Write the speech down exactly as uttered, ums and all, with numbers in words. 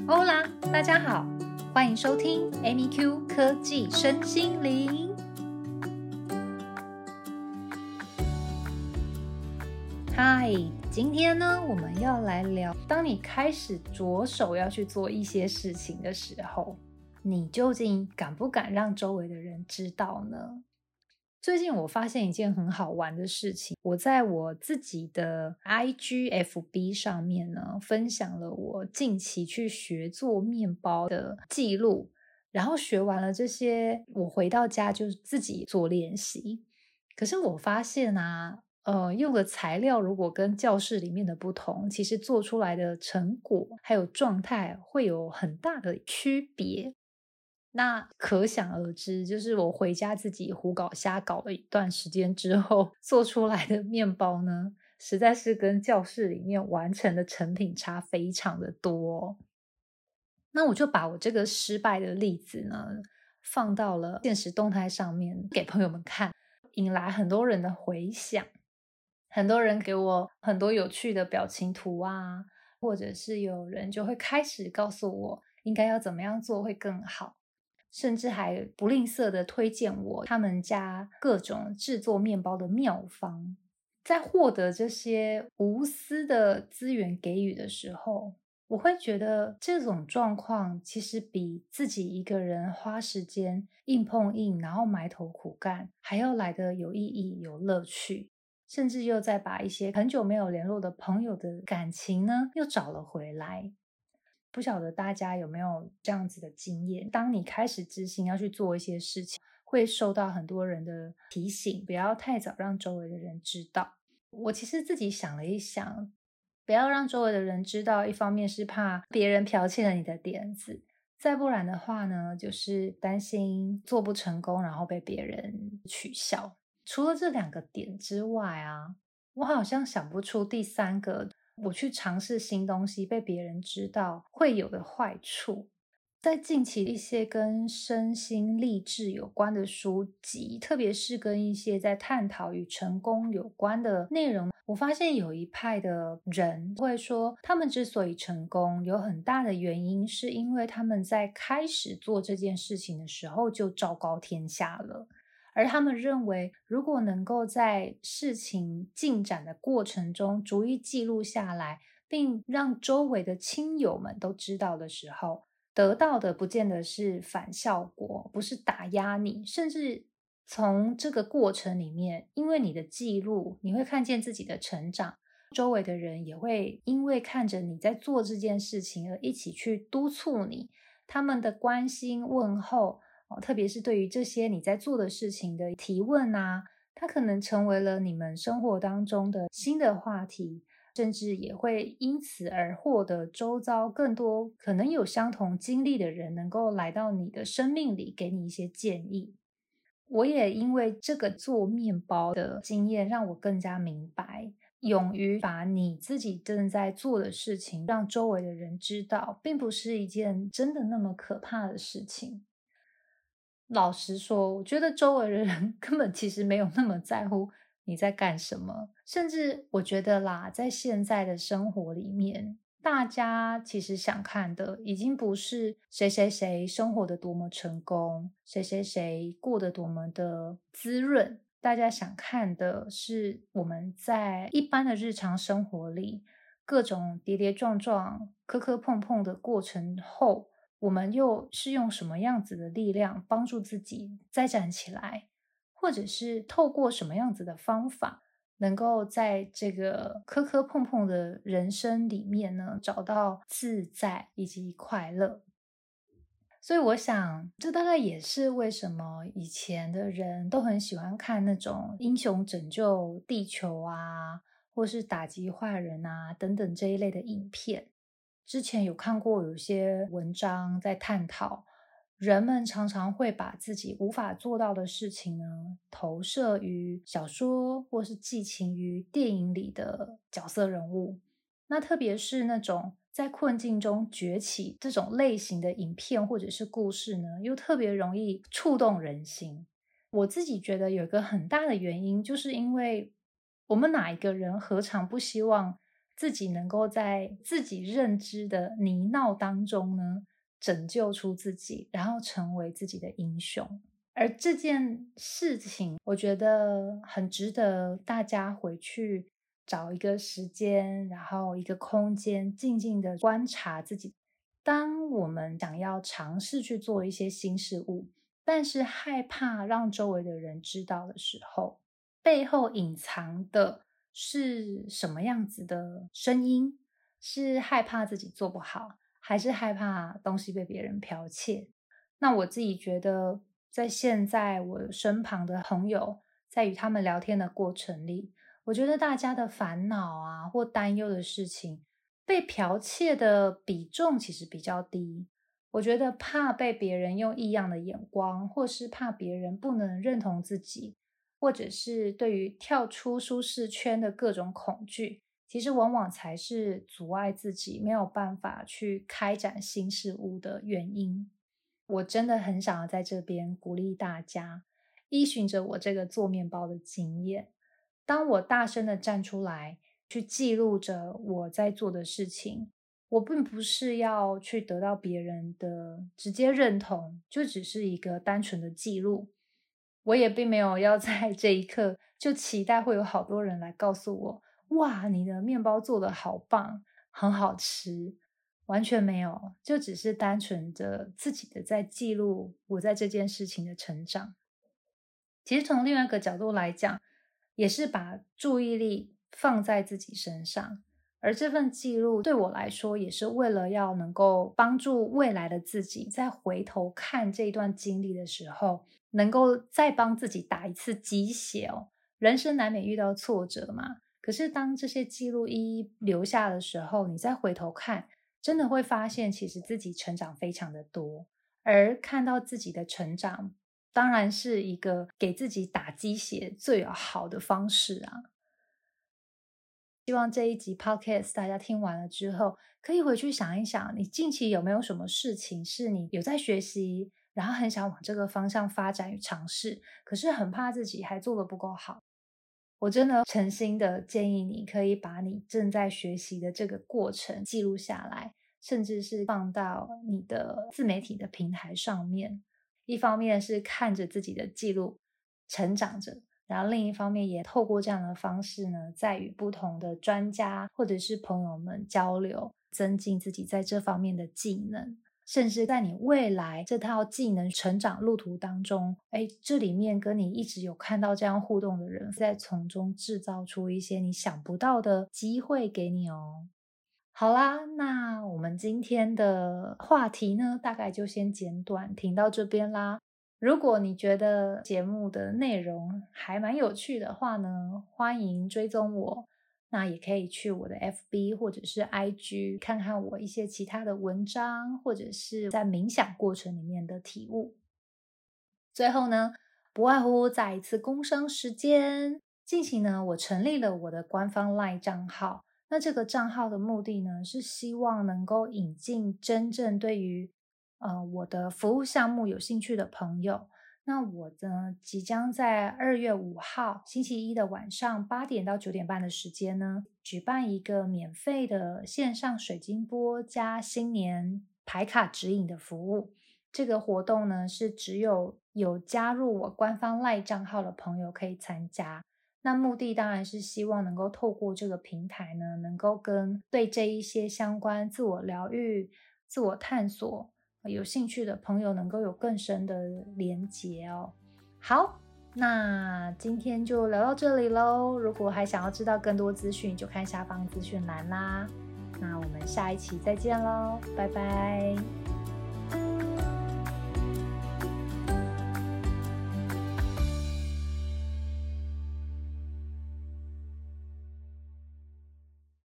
欧啦，大家好，欢迎收听 Amy Q 科技身心灵。嗨，今天呢，我们要来聊，当你开始着手要去做一些事情的时候，你究竟敢不敢让周围的人知道呢？最近我发现一件很好玩的事情，我在我自己的 I G F B 上面呢，分享了我近期去学做面包的记录，然后学完了这些，我回到家就自己做练习。可是我发现啊，呃，用的材料如果跟教室里面的不同，其实做出来的成果还有状态会有很大的区别。那可想而知，就是我回家自己胡搞瞎搞了一段时间之后做出来的面包呢，实在是跟教室里面完成的成品差非常的多哦。那我就把我这个失败的例子呢，放到了现实动态上面给朋友们看，引来很多人的回响。很多人给我很多有趣的表情图啊，或者是有人就会开始告诉我应该要怎么样做会更好。甚至还不吝啬的推荐我他们家各种制作面包的妙方。在获得这些无私的资源给予的时候，我会觉得这种状况其实比自己一个人花时间硬碰硬，然后埋头苦干还要来得有意义有乐趣，甚至又再把一些很久没有联络的朋友的感情呢又找了回来。不晓得大家有没有这样子的经验，当你开始执行要去做一些事情，会受到很多人的提醒，不要太早让周围的人知道。我其实自己想了一想，不要让周围的人知道，一方面是怕别人剽窃了你的点子，再不然的话呢，就是担心做不成功，然后被别人取笑。除了这两个点之外啊，我好像想不出第三个我去尝试新东西被别人知道会有的坏处。在近期一些跟身心励志有关的书籍，特别是跟一些在探讨与成功有关的内容，我发现有一派的人会说，他们之所以成功，有很大的原因是因为他们在开始做这件事情的时候就昭告天下了。而他们认为，如果能够在事情进展的过程中逐一记录下来，并让周围的亲友们都知道的时候，得到的不见得是反效果，不是打压你，甚至从这个过程里面，因为你的记录，你会看见自己的成长，周围的人也会因为看着你在做这件事情而一起去督促你，他们的关心问候，哦，特别是对于这些你在做的事情的提问啊，它可能成为了你们生活当中的新的话题，甚至也会因此而获得周遭更多可能有相同经历的人能够来到你的生命里给你一些建议。我也因为这个做面包的经验让我更加明白，勇于把你自己正在做的事情让周围的人知道，并不是一件真的那么可怕的事情。老实说，我觉得周围的人根本其实没有那么在乎你在干什么，甚至我觉得啦，在现在的生活里面，大家其实想看的已经不是谁谁谁生活的多么成功，谁谁谁过得多么的滋润，大家想看的是我们在一般的日常生活里，各种跌跌撞撞、磕磕碰碰的过程后，我们又是用什么样子的力量帮助自己再站起来，或者是透过什么样子的方法，能够在这个磕磕碰碰的人生里面呢，找到自在以及快乐。所以我想，这大概也是为什么以前的人都很喜欢看那种英雄拯救地球啊，或是打击坏人啊等等这一类的影片。之前有看过有些文章在探讨，人们常常会把自己无法做到的事情呢，投射于小说或是寄情于电影里的角色人物。那特别是那种在困境中崛起这种类型的影片或者是故事呢，又特别容易触动人心。我自己觉得有一个很大的原因，就是因为我们哪一个人何尝不希望自己能够在自己认知的泥淖当中呢，拯救出自己，然后成为自己的英雄。而这件事情，我觉得很值得大家回去找一个时间，然后一个空间，静静的观察自己。当我们想要尝试去做一些新事物，但是害怕让周围的人知道的时候，背后隐藏的是什么样子的声音？是害怕自己做不好，还是害怕东西被别人剽窃？那我自己觉得，在现在我身旁的朋友，在与他们聊天的过程里，我觉得大家的烦恼啊，或担忧的事情，被剽窃的比重其实比较低。我觉得怕被别人用异样的眼光，或是怕别人不能认同自己，或者是对于跳出舒适圈的各种恐惧，其实往往才是阻碍自己没有办法去开展新事物的原因。我真的很想要在这边鼓励大家，依循着我这个做面包的经验，当我大声的站出来，去记录着我在做的事情，我并不是要去得到别人的直接认同，就只是一个单纯的记录。我也并没有要在这一刻就期待会有好多人来告诉我，哇，你的面包做得好棒，很好吃。完全没有，就只是单纯的自己的在记录我在这件事情的成长。其实从另外一个角度来讲，也是把注意力放在自己身上，而这份记录对我来说也是为了要能够帮助未来的自己在回头看这一段经历的时候，能够再帮自己打一次鸡血哦。人生难免遇到挫折嘛，可是当这些记录一一留下的时候，你再回头看，真的会发现其实自己成长非常的多，而看到自己的成长当然是一个给自己打鸡血最好的方式啊。希望这一集 podcast 大家听完了之后，可以回去想一想，你近期有没有什么事情是你有在学习，然后很想往这个方向发展与尝试，可是很怕自己还做得不够好。我真的诚心的建议你可以把你正在学习的这个过程记录下来，甚至是放到你的自媒体的平台上面。一方面是看着自己的记录成长着，然后另一方面也透过这样的方式呢，在与不同的专家或者是朋友们交流，增进自己在这方面的技能。甚至在你未来这套技能成长路途当中，哎，这里面跟你一直有看到这样互动的人，在从中制造出一些你想不到的机会给你哦。好啦，那我们今天的话题呢，大概就先简短听到这边啦。如果你觉得节目的内容还蛮有趣的话呢，欢迎追踪我。那也可以去我的 F B 或者是 I G 看看我一些其他的文章，或者是在冥想过程里面的体悟。最后呢，不外乎再一次工商时间。近期呢，我成立了我的官方 LINE 账号。那这个账号的目的呢，是希望能够引进真正对于呃我的服务项目有兴趣的朋友。那我呢，即将在二月五号星期一的晚上八点到九点半的时间呢，举办一个免费的线上水晶钵加新年牌卡指引的服务。这个活动呢，是只有有加入我官方 LINE 账号的朋友可以参加。那目的当然是希望能够透过这个平台呢，能够跟对这一些相关自我疗愈、自我探索有兴趣的朋友能够有更深的连结哦。好，那今天就聊到这里咯。如果还想要知道更多资讯，就看下方资讯栏啦。那我们下一期再见咯，拜拜。